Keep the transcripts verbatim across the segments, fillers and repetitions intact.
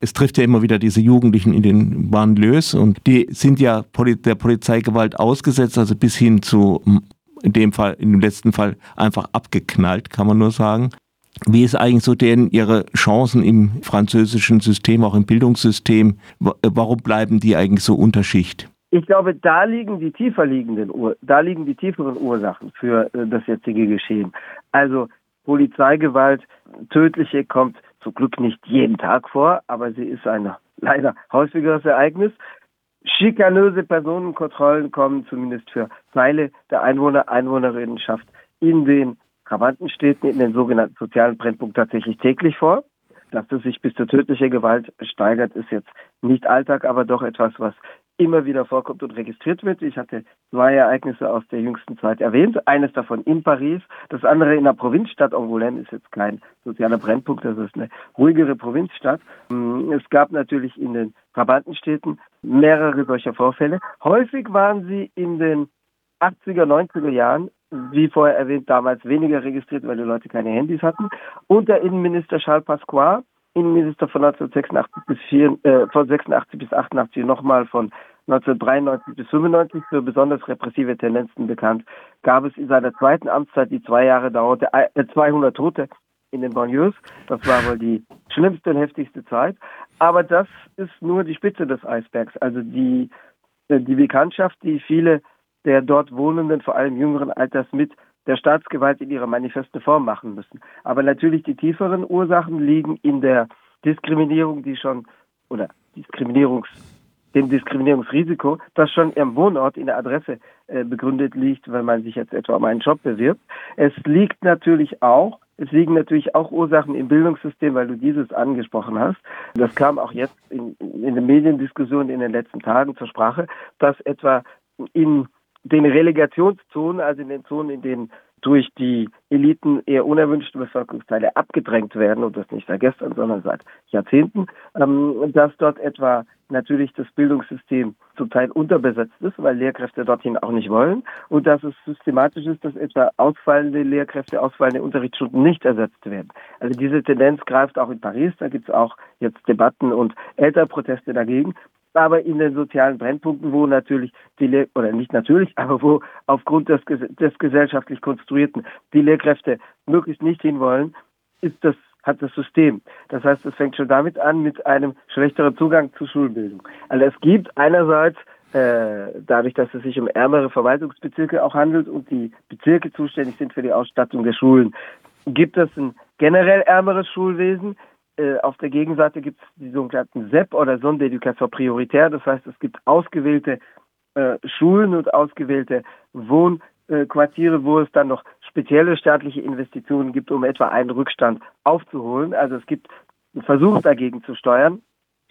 es trifft ja immer wieder diese Jugendlichen in den Banlieues und die sind ja der Polizeigewalt ausgesetzt, also bis hin zu, in dem Fall, in dem letzten Fall einfach abgeknallt, kann man nur sagen. Wie ist eigentlich so denen ihre Chancen im französischen System, auch im Bildungssystem? Warum bleiben die eigentlich so unter Schicht? Ich glaube, da liegen die tiefer liegenden Ur- da liegen die tieferen Ursachen für äh, das jetzige Geschehen. Also Polizeigewalt, tödliche, kommt zum Glück nicht jeden Tag vor, aber sie ist ein leider häufigeres Ereignis. Schikanöse Personenkontrollen kommen zumindest für Teile der Einwohner, Einwohnerinnenschaft in den Trabantenstädten, in den sogenannten sozialen Brennpunkten tatsächlich täglich vor. Dass es sich bis zur tödlichen Gewalt steigert, ist jetzt nicht Alltag, aber doch etwas, was immer wieder vorkommt und registriert wird. Ich hatte zwei Ereignisse aus der jüngsten Zeit erwähnt. Eines davon in Paris, das andere in der Provinzstadt Angoulême, ist jetzt kein sozialer Brennpunkt, das ist eine ruhigere Provinzstadt. Es gab natürlich in den Trabantenstädten mehrere solcher Vorfälle. Häufig waren sie in den achtziger, neunziger Jahren, wie vorher erwähnt, damals weniger registriert, weil die Leute keine Handys hatten. Und der Innenminister Charles Pasqua, Innenminister von neunzehnhundertsechsundachtzig bis, vier, äh, von sechsundachtzig bis achtundachtzig, nochmal von neunzehnhundertdreiundneunzig bis fünfundneunzig, für besonders repressive Tendenzen bekannt, gab es in seiner zweiten Amtszeit, die zwei Jahre dauerte, äh, zweihundert Tote in den Banlieues. Das war wohl die schlimmste und heftigste Zeit. Aber das ist nur die Spitze des Eisbergs. Also die, äh, die Bekanntschaft, die viele der dort Wohnenden, vor allem jüngeren Alters, mit der Staatsgewalt in ihrer manifesten Form machen müssen. Aber natürlich die tieferen Ursachen liegen in der Diskriminierung, die schon, oder Diskriminierungs, dem Diskriminierungsrisiko, das schon im Wohnort, in der Adresse äh, begründet liegt, wenn man sich jetzt etwa um einen Job bewirbt. Es liegt natürlich auch, es liegen natürlich auch Ursachen im Bildungssystem, weil du dieses angesprochen hast. Das kam auch jetzt in, in den Mediendiskussionen in den letzten Tagen zur Sprache, dass etwa in den Relegationszonen, also in den Zonen, in denen durch die Eliten eher unerwünschte Bevölkerungsteile abgedrängt werden, und das nicht seit gestern, sondern seit Jahrzehnten, ähm, dass dort etwa natürlich das Bildungssystem zum Teil unterbesetzt ist, weil Lehrkräfte dorthin auch nicht wollen, und dass es systematisch ist, dass etwa ausfallende Lehrkräfte, ausfallende Unterrichtsstunden nicht ersetzt werden. Also diese Tendenz greift auch in Paris, da gibt es auch jetzt Debatten und Elternproteste dagegen. Aber in den sozialen Brennpunkten, wo natürlich die Lehr- oder nicht natürlich, aber wo aufgrund des, des gesellschaftlich Konstruierten die Lehrkräfte möglichst nicht hinwollen, ist das, hat das System. Das heißt, es fängt schon damit an, mit einem schlechteren Zugang zur Schulbildung. Also es gibt einerseits, äh, dadurch, dass es sich um ärmere Verwaltungsbezirke auch handelt und die Bezirke zuständig sind für die Ausstattung der Schulen, gibt es ein generell ärmeres Schulwesen. Auf der Gegenseite gibt es die sogenannten S E P oder Zone d'Éducation Prioritaire. Das heißt, es gibt ausgewählte äh, Schulen und ausgewählte Wohnquartiere, wo es dann noch spezielle staatliche Investitionen gibt, um etwa einen Rückstand aufzuholen. Also es gibt einen Versuch dagegen zu steuern,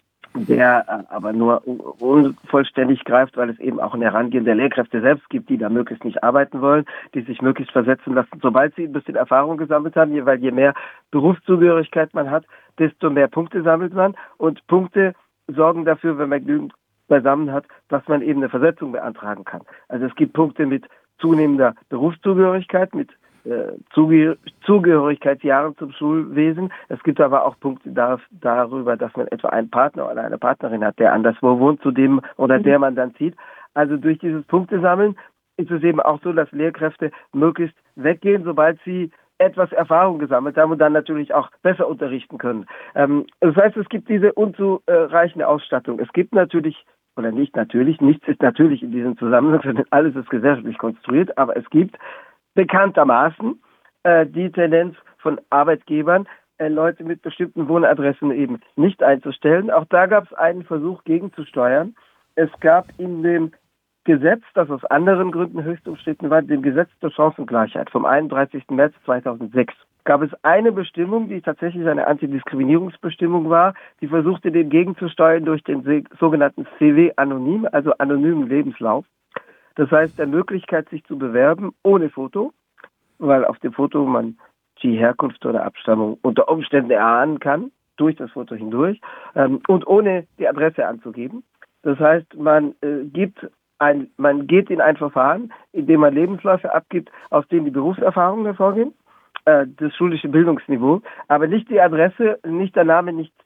der äh, aber nur unvollständig greift, weil es eben auch ein Herangehen der Lehrkräfte selbst gibt, die da möglichst nicht arbeiten wollen, die sich möglichst versetzen lassen, sobald sie ein bisschen Erfahrung gesammelt haben, weil je mehr Berufszugehörigkeit man hat, desto mehr Punkte sammelt man, und Punkte sorgen dafür, wenn man genügend beisammen hat, dass man eben eine Versetzung beantragen kann. Also es gibt Punkte mit zunehmender Berufszugehörigkeit, mit äh, Zuge- Zugehörigkeitsjahren zum Schulwesen. Es gibt aber auch Punkte da, darüber, dass man etwa einen Partner oder eine Partnerin hat, der anderswo wohnt, zu dem oder der man dann zieht. Also durch dieses Punktesammeln ist es eben auch so, dass Lehrkräfte möglichst weggehen, sobald sie etwas Erfahrung gesammelt haben und dann natürlich auch besser unterrichten können. Ähm, das heißt, es gibt diese unzureichende Ausstattung. Es gibt natürlich, oder nicht natürlich, nichts ist natürlich in diesem Zusammenhang, denn alles ist gesellschaftlich konstruiert, aber es gibt bekanntermaßen äh, die Tendenz von Arbeitgebern, äh, Leute mit bestimmten Wohnadressen eben nicht einzustellen. Auch da gab es einen Versuch gegenzusteuern. Es gab in dem Gesetz, das aus anderen Gründen höchst umstritten war, dem Gesetz zur Chancengleichheit vom einunddreißigsten März zweitausendsechs, gab es eine Bestimmung, die tatsächlich eine Antidiskriminierungsbestimmung war, die versuchte, dem gegenzusteuern durch den sogenannten C W-Anonym, also anonymen Lebenslauf. Das heißt, der Möglichkeit, sich zu bewerben ohne Foto, weil auf dem Foto man die Herkunft oder Abstammung unter Umständen erahnen kann, durch das Foto hindurch, ähm, und ohne die Adresse anzugeben. Das heißt, man äh, gibt Ein, man geht in ein Verfahren, in dem man Lebensläufe abgibt, aus denen die Berufserfahrungen hervorgehen, äh, das schulische Bildungsniveau, aber nicht die Adresse, nicht der Name, nicht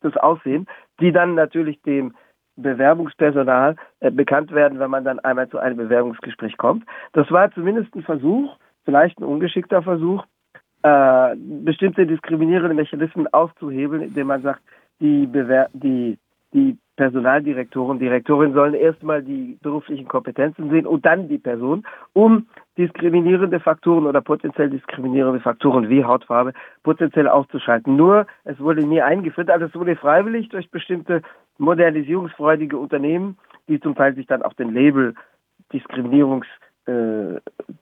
das aussehen, die dann natürlich dem Bewerbungspersonal äh, bekannt werden, wenn man dann einmal zu einem Bewerbungsgespräch kommt. Das war zumindest ein Versuch, vielleicht ein ungeschickter Versuch, äh, bestimmte diskriminierende Mechanismen auszuhebeln, indem man sagt, die, Bewer- die, die Personaldirektoren, Direktorinnen sollen erstmal die beruflichen Kompetenzen sehen und dann die Person, um diskriminierende Faktoren oder potenziell diskriminierende Faktoren wie Hautfarbe potenziell auszuschalten. Nur, es wurde nie eingeführt, also es wurde freiwillig durch bestimmte modernisierungsfreudige Unternehmen, die zum Teil sich dann auch den Label Diskriminierungs, äh,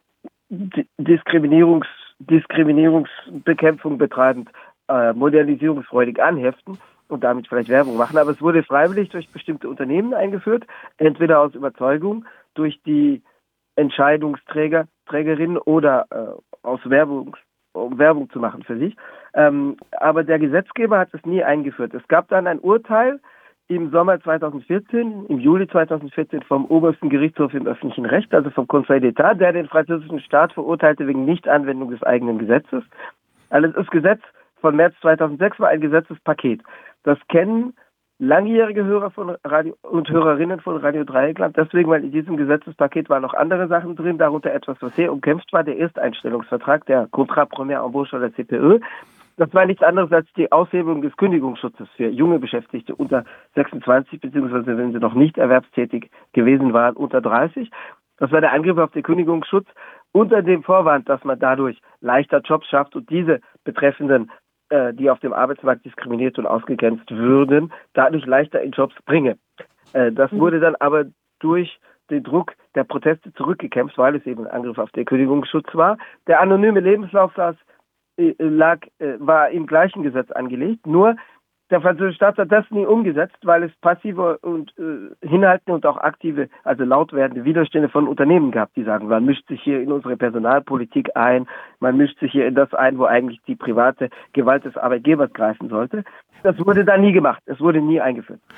Diskriminierungs, Diskriminierungsbekämpfung betreibend, äh, modernisierungsfreudig anheften und damit vielleicht Werbung machen. Aber es wurde freiwillig durch bestimmte Unternehmen eingeführt, entweder aus Überzeugung durch die Entscheidungsträger, Trägerinnen oder äh, aus Werbung, um Werbung zu machen für sich. Ähm, aber der Gesetzgeber hat es nie eingeführt. Es gab dann ein Urteil im Sommer zweitausendvierzehn, im Juli zweitausendvierzehn vom obersten Gerichtshof im öffentlichen Recht, also vom Conseil d'État, der den französischen Staat verurteilte wegen Nichtanwendung des eigenen Gesetzes. Also das Gesetz von März zweitausendsechs war ein Gesetzespaket. Das kennen langjährige Hörer von Radio und Hörerinnen von Radio Dreieckland, deswegen, weil in diesem Gesetzespaket waren noch andere Sachen drin, darunter etwas, was sehr umkämpft war, der Ersteinstellungsvertrag, der Contrat Première Embauche oder C P E. Das war nichts anderes als die Aushebelung des Kündigungsschutzes für junge Beschäftigte unter sechsundzwanzig, beziehungsweise wenn sie noch nicht erwerbstätig gewesen waren, unter dreißig. Das war der Angriff auf den Kündigungsschutz unter dem Vorwand, dass man dadurch leichter Jobs schafft und diese Betreffenden, äh, die auf dem Arbeitsmarkt diskriminiert und ausgegrenzt würden, dadurch leichter in Jobs bringe. Äh, das wurde dann aber durch den Druck der Proteste zurückgekämpft, weil es eben ein Angriff auf den Kündigungsschutz war. Der anonyme Lebenslauf saß lag, war im gleichen Gesetz angelegt, nur der französische Staat hat das nie umgesetzt, weil es passive und äh, hinhaltende und auch aktive, also laut werdende Widerstände von Unternehmen gab, die sagen, man mischt sich hier in unsere Personalpolitik ein, man mischt sich hier in das ein, wo eigentlich die private Gewalt des Arbeitgebers greifen sollte. Das wurde da nie gemacht, es wurde nie eingeführt.